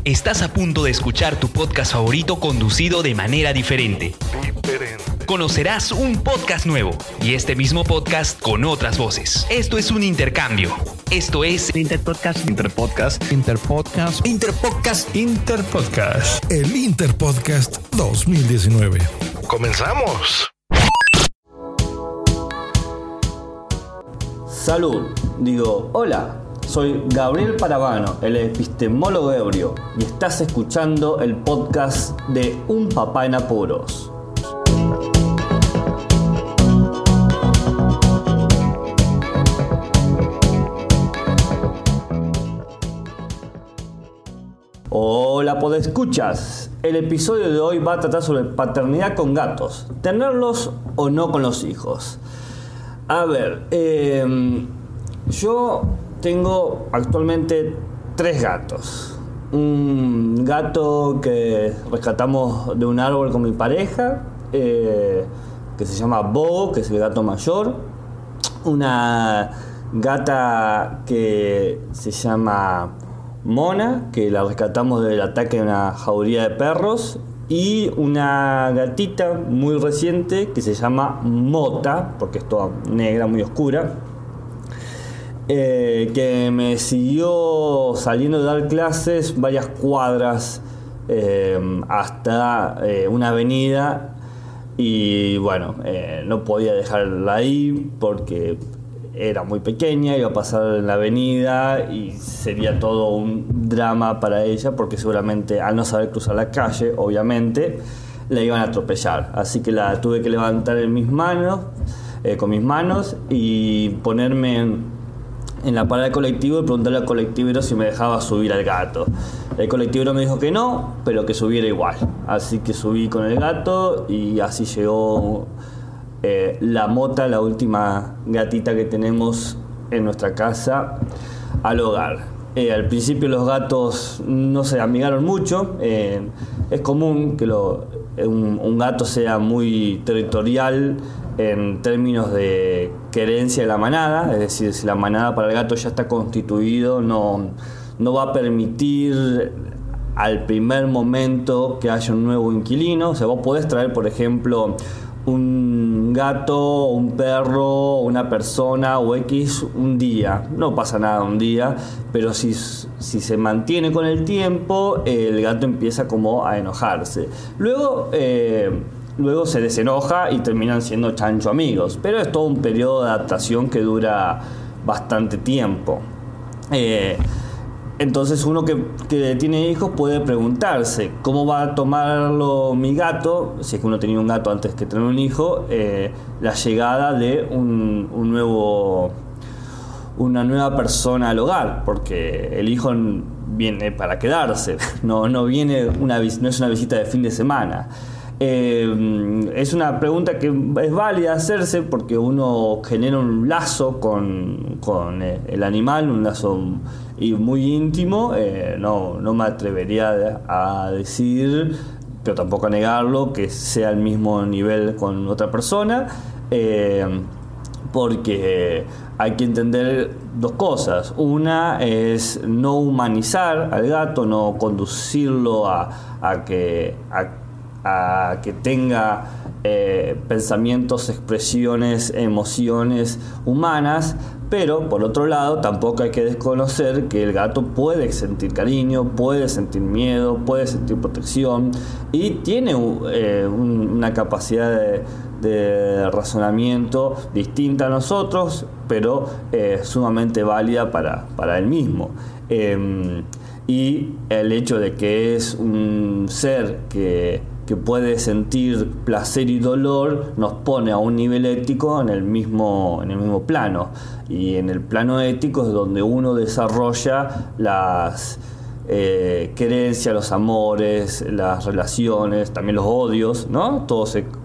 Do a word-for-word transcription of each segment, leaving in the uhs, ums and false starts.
Estás a punto de escuchar tu podcast favorito conducido de manera diferente. Diferente. Conocerás un podcast nuevo y este mismo podcast con otras voces. Esto es un intercambio. Esto es Interpodcast. Interpodcast. Interpodcast. Interpodcast. Interpodcast. El Interpodcast dos mil diecinueve. ¡Comenzamos! Salud, digo, hola, soy Gabriel Paravano, el epistemólogo ebrio, y estás escuchando el podcast de Un Papá en Apuros. Hola podescuchas, el episodio de hoy va a tratar sobre paternidad con gatos, tenerlos o no con los hijos. A ver, eh, yo tengo actualmente tres gatos. Un gato que rescatamos de un árbol con mi pareja, eh, que se llama Bo, que es el gato mayor. Una gata que se llama Mona, que la rescatamos del ataque de una jauría de perros. Y una gatita muy reciente que se llama Mota, porque es toda negra, muy oscura, eh, que me siguió saliendo de dar clases varias cuadras eh, hasta eh, una avenida. Y bueno, eh, no podía dejarla ahí porque era muy pequeña, iba a pasar en la avenida y sería todo un drama para ella, porque seguramente al no saber cruzar la calle, obviamente, la iban a atropellar. Así que la tuve que levantar en mis manos, eh, con mis manos, y ponerme en, en la parada del colectivo y preguntarle al colectivero si me dejaba subir al gato. El colectivero me dijo que no, pero que subiera igual. Así que subí con el gato y así llegó Eh, la Mota, la última gatita que tenemos en nuestra casa, al hogar. Eh, al principio los gatos no se amigaron mucho. Eh, es común que lo, un, un gato sea muy territorial en términos de querencia de la manada, es decir, si la manada para el gato ya está constituido, no, no va a permitir al primer momento que haya un nuevo inquilino. O sea, vos podés traer, por ejemplo, un gato, un perro, una persona o X un día, no pasa nada un día, pero si, si se mantiene con el tiempo, el gato empieza como a enojarse. Luego, eh, luego se desenoja y terminan siendo chancho amigos, pero es todo un periodo de adaptación que dura bastante tiempo. Eh, Entonces uno que, que tiene hijos puede preguntarse cómo va a tomarlo mi gato, si es que uno tenía un gato antes que tener un hijo, eh, la llegada de un, un nuevo, una nueva persona al hogar, porque el hijo viene para quedarse, no, no, viene una, no es una visita de fin de semana. Eh, es una pregunta que es válida hacerse porque uno genera un lazo con, con el animal, un lazo y muy íntimo. Eh, no, no me atrevería a decir, pero tampoco a negarlo, que sea al mismo nivel con otra persona, eh, porque hay que entender dos cosas. Una es no humanizar al gato, no conducirlo a, a que a, a que tenga eh, pensamientos, expresiones, emociones humanas. Pero, por otro lado, tampoco hay que desconocer que el gato puede sentir cariño, puede sentir miedo, puede sentir protección y tiene eh, un, una capacidad de, de razonamiento distinta a nosotros, pero eh, sumamente válida para, para él mismo. Eh, y el hecho de que es un ser que... que puede sentir placer y dolor, nos pone a un nivel ético en el mismo, en el mismo plano. Y en el plano ético es donde uno desarrolla las eh, creencias, los amores, las relaciones, también los odios, ¿no? Todo se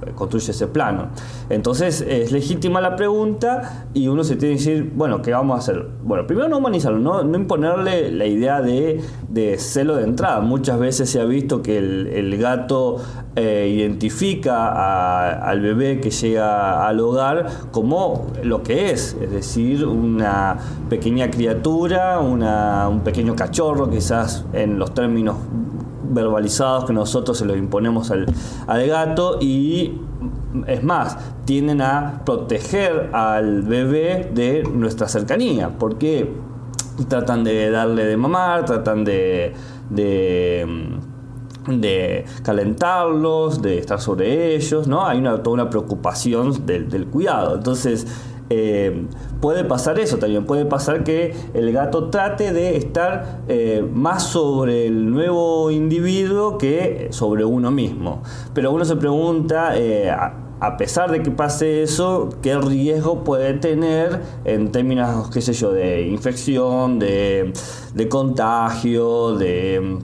construye ese plano. Entonces es legítima la pregunta y uno se tiene que decir, bueno, ¿qué vamos a hacer? Bueno, primero no humanizarlo, no, no imponerle la idea de, de celo de entrada. Muchas veces se ha visto que el, el gato eh, identifica a, al bebé que llega al hogar como lo que es, es decir, una pequeña criatura, una, un pequeño cachorro, quizás en los términos verbalizados que nosotros se los imponemos al, al gato, y es más, tienden a proteger al bebé de nuestra cercanía, porque tratan de darle de mamar, tratan de, de, de calentarlos, de estar sobre ellos, ¿no? Hay una, toda una preocupación del, del cuidado. Entonces, Eh, puede pasar eso también, puede pasar que el gato trate de estar eh, más sobre el nuevo individuo que sobre uno mismo, pero uno se pregunta, eh, a, a pesar de que pase eso, qué riesgo puede tener en términos, qué sé yo, de infección, de, de contagio, de,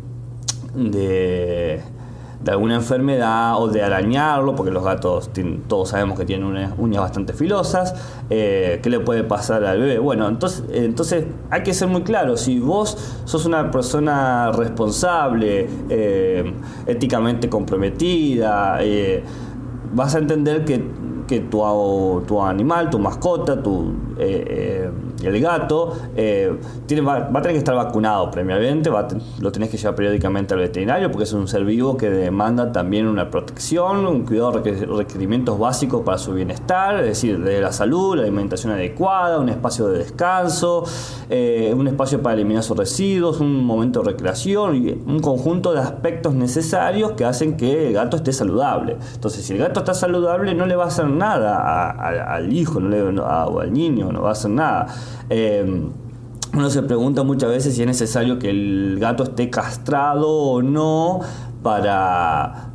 de de alguna enfermedad o de arañarlo, porque los gatos tienen, todos sabemos que tienen unas uñas bastante filosas. Eh, ¿qué le puede pasar al bebé? Bueno, entonces, entonces hay que ser muy claro. Si vos sos una persona responsable, eh, éticamente comprometida, eh, vas a entender que, que tu, tu animal, tu mascota, tu, eh, eh, el gato, eh, tiene, va, va a tener que estar vacunado previamente, va a, lo tenés que llevar periódicamente al veterinario, porque es un ser vivo que demanda también una protección, un cuidado, requerimientos básicos para su bienestar, es decir, de la salud, la alimentación adecuada, un espacio de descanso, eh, un espacio para eliminar sus residuos, un momento de recreación y un conjunto de aspectos necesarios que hacen que el gato esté saludable. Entonces, si el gato está saludable, no le va a hacer nada a, a, al hijo, no le, a, o al niño, no va a hacer nada. Eh, uno se pregunta muchas veces si es necesario que el gato esté castrado o no para,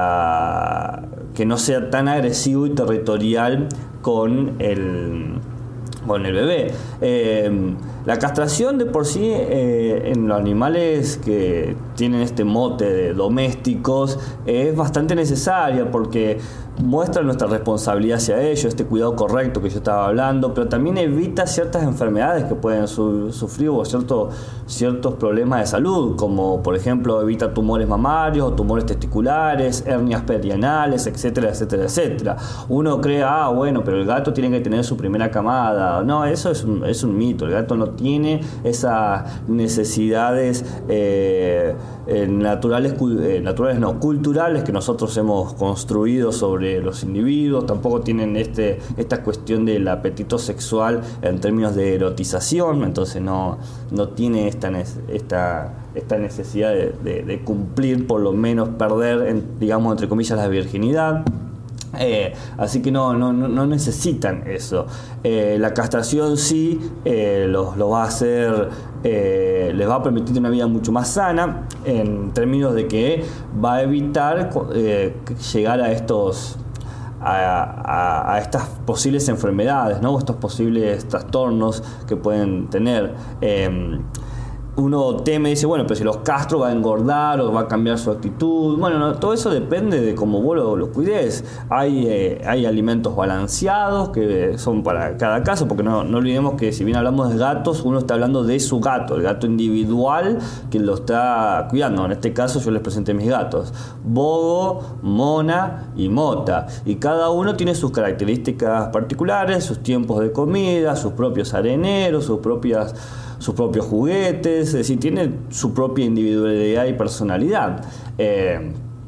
para que no sea tan agresivo y territorial con el, con el bebé. Eh, la castración de por sí eh, en los animales que tienen este mote de domésticos es bastante necesaria, porque muestra nuestra responsabilidad hacia ellos, este cuidado correcto que yo estaba hablando, pero también evita ciertas enfermedades que pueden su, sufrir o cierto, ciertos problemas de salud, como por ejemplo evita tumores mamarios, tumores testiculares, hernias perianales, etcétera, etcétera, etcétera. Uno cree, ah, bueno, pero el gato tiene que tener su primera camada. No, eso es un, es un mito. El gato no tiene esas necesidades eh, eh, naturales, eh, naturales no, culturales que nosotros hemos construido sobre los individuos. Tampoco tienen este, esta cuestión del apetito sexual en términos de erotización, entonces no, no tiene esta, esta, esta necesidad de, de, de cumplir, por lo menos perder, en, digamos, entre comillas, la virginidad. Eh, así que no, no, no necesitan eso. Eh, la castración sí eh, lo, lo va a hacer, eh, les va a permitir una vida mucho más sana, en términos de que va a evitar eh, llegar a estos a, a, a estas posibles enfermedades, ¿no? Estos posibles trastornos que pueden tener. Eh, Uno teme, dice, bueno, pero si los castro va a engordar o va a cambiar su actitud. Bueno, no, todo eso depende de cómo vos lo, lo cuides. Hay, eh, hay alimentos balanceados que son para cada caso, porque no, no olvidemos que si bien hablamos de gatos, uno está hablando de su gato, el gato individual que lo está cuidando. En este caso yo les presenté mis gatos, Bogo, Mona y Mota, y cada uno tiene sus características particulares, sus tiempos de comida, sus propios areneros, sus propias sus propios juguetes, es decir, tiene su propia individualidad y personalidad. Eh,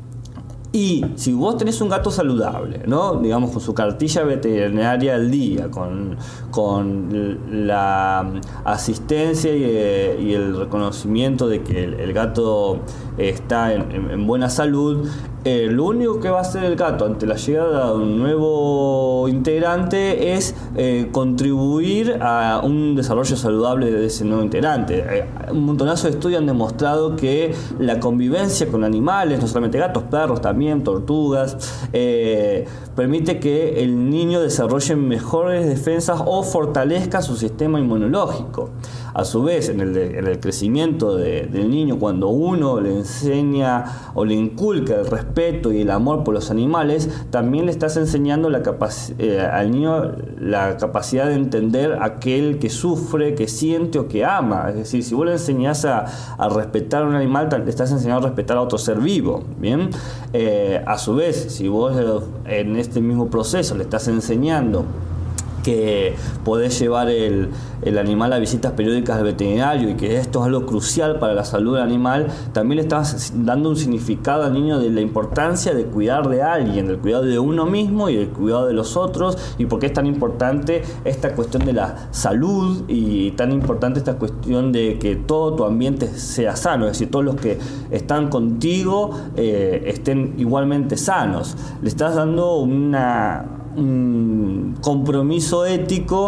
y si vos tenés un gato saludable, ¿no? Digamos, con su cartilla veterinaria al día, con, con la asistencia y, y el reconocimiento de que el, el gato está en, en, en buena salud, eh, lo único que va a hacer el gato ante la llegada de un nuevo integrante es eh, contribuir a un desarrollo saludable de ese nuevo integrante. Eh, un montonazo de estudios han demostrado que la convivencia con animales, no solamente gatos, perros también, tortugas, eh, permite que el niño desarrolle mejores defensas o fortalezca su sistema inmunológico. A su vez, en el, de, en el crecimiento de, del niño, cuando uno le enseña o le inculca el respeto y el amor por los animales, también le estás enseñando la capac- eh, al niño la capacidad de entender aquel que sufre, que siente o que ama. Es decir, si vos le enseñás a, a respetar a un animal, le estás enseñando a respetar a otro ser vivo. Bien, eh, a su vez, si vos en este mismo proceso le estás enseñando que podés llevar el, el animal a visitas periódicas al veterinario y que esto es algo crucial para la salud del animal, también le estás dando un significado al niño de la importancia de cuidar de alguien, del cuidado de uno mismo y del cuidado de los otros, y por qué es tan importante esta cuestión de la salud y tan importante esta cuestión de que todo tu ambiente sea sano, es decir, todos los que están contigo eh, estén igualmente sanos. Le estás dando una... un compromiso ético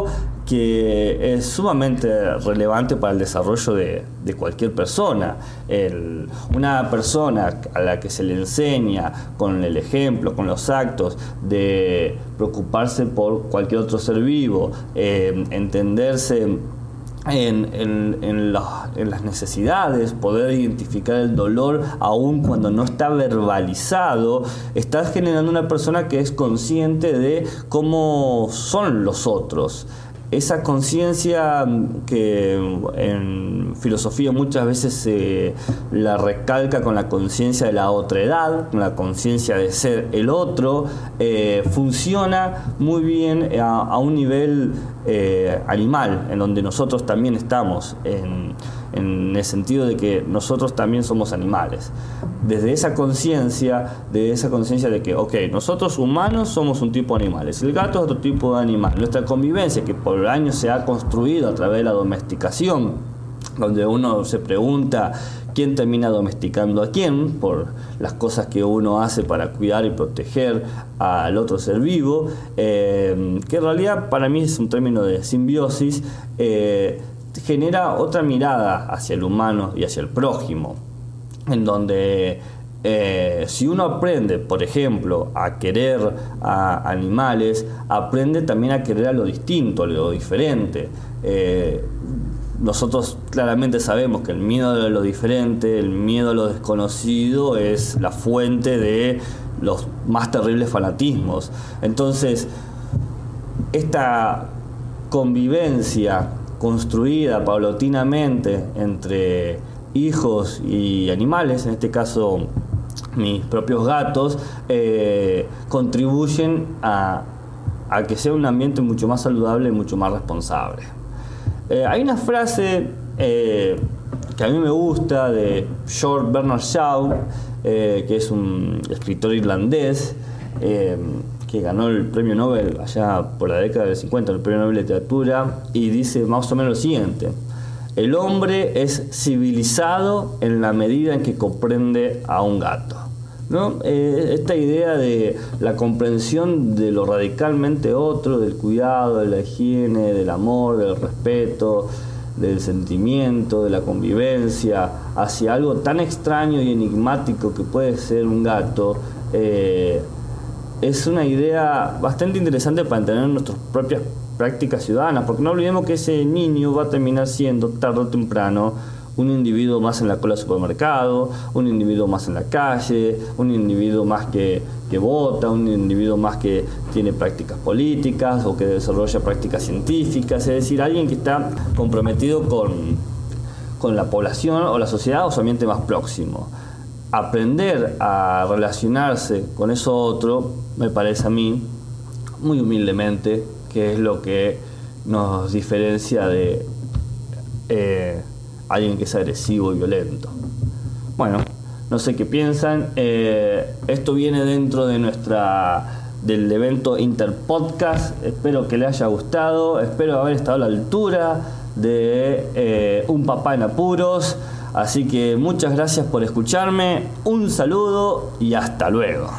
que es sumamente relevante para el desarrollo de, de cualquier persona. El, una persona a la que se le enseña con el ejemplo, con los actos, de preocuparse por cualquier otro ser vivo, eh, entenderse En, en, en, la, en las necesidades, poder identificar el dolor aún cuando no está verbalizado, estás generando una persona que es consciente de cómo son los otros. Esa conciencia que en filosofía muchas veces se la recalca con la conciencia de la otredad, con la conciencia de ser el otro, eh, funciona muy bien a, a un nivel eh, animal, en donde nosotros también estamos, en, en el sentido de que nosotros también somos animales. Desde esa conciencia, de esa conciencia de que, ok, nosotros humanos somos un tipo de animales, el gato es otro tipo de animal. Nuestra convivencia, que por años se ha construido a través de la domesticación, donde uno se pregunta quién termina domesticando a quién por las cosas que uno hace para cuidar y proteger al otro ser vivo, eh, que en realidad para mí es un término de simbiosis, eh, genera otra mirada hacia el humano y hacia el prójimo, en donde eh, si uno aprende, por ejemplo, a querer a animales, aprende también a querer a lo distinto, a lo diferente. Eh, nosotros claramente sabemos que el miedo a lo diferente, el miedo a lo desconocido es la fuente de los más terribles fanatismos. Entonces, esta convivencia construida paulatinamente entre hijos y animales, en este caso mis propios gatos, eh, contribuyen a, a que sea un ambiente mucho más saludable y mucho más responsable. Eh, hay una frase eh, que a mí me gusta de George Bernard Shaw, eh, que es un escritor irlandés, eh, que ganó el premio Nobel allá por la década del cincuenta, el premio Nobel de Literatura, y dice más o menos lo siguiente: el hombre es civilizado en la medida en que comprende a un gato, ¿no? Eh, esta idea de la comprensión de lo radicalmente otro, del cuidado, de la higiene, del amor, del respeto, del sentimiento, de la convivencia, hacia algo tan extraño y enigmático que puede ser un gato, eh, es una idea bastante interesante para entender nuestras propias prácticas ciudadanas, porque no olvidemos que ese niño va a terminar siendo tarde o temprano un individuo más en la cola del supermercado, un individuo más en la calle, un individuo más que, que vota, un individuo más que tiene prácticas políticas o que desarrolla prácticas científicas, es decir, alguien que está comprometido con, con la población o la sociedad o su ambiente más próximo. Aprender a relacionarse con eso otro, me parece a mí, muy humildemente, que es lo que nos diferencia de eh, alguien que es agresivo y violento. Bueno, no sé qué piensan. Eh, esto viene dentro de nuestra del evento Interpodcast. Espero que les haya gustado. Espero haber estado a la altura de eh, un papá en apuros. Así que muchas gracias por escucharme. Un saludo y hasta luego.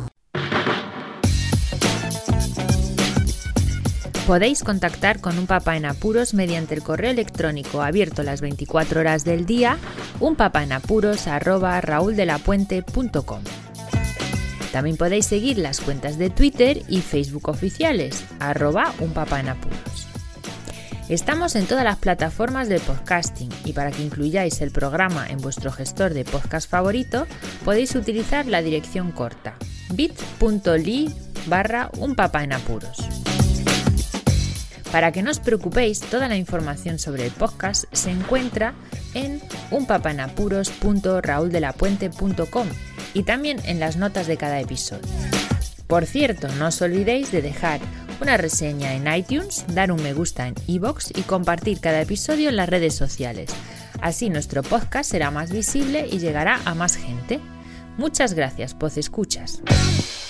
Podéis contactar con Un Papá en Apuros mediante el correo electrónico abierto las veinticuatro horas del día, unpapaenapuros arroba rauldelapuente punto com. También podéis seguir las cuentas de Twitter y Facebook oficiales, arroba unpapaenapuros. Estamos en todas las plataformas de podcasting y para que incluyáis el programa en vuestro gestor de podcast favorito podéis utilizar la dirección corta bit.ly barra un papá en apuros. Para que no os preocupéis, toda la información sobre el podcast se encuentra en unpapaenapuros punto raúl de la puente punto com y también en las notas de cada episodio. Por cierto, no os olvidéis de dejar una reseña en iTunes, dar un me gusta en iVoox y compartir cada episodio en las redes sociales. Así nuestro podcast será más visible y llegará a más gente. Muchas gracias, podcescuchas.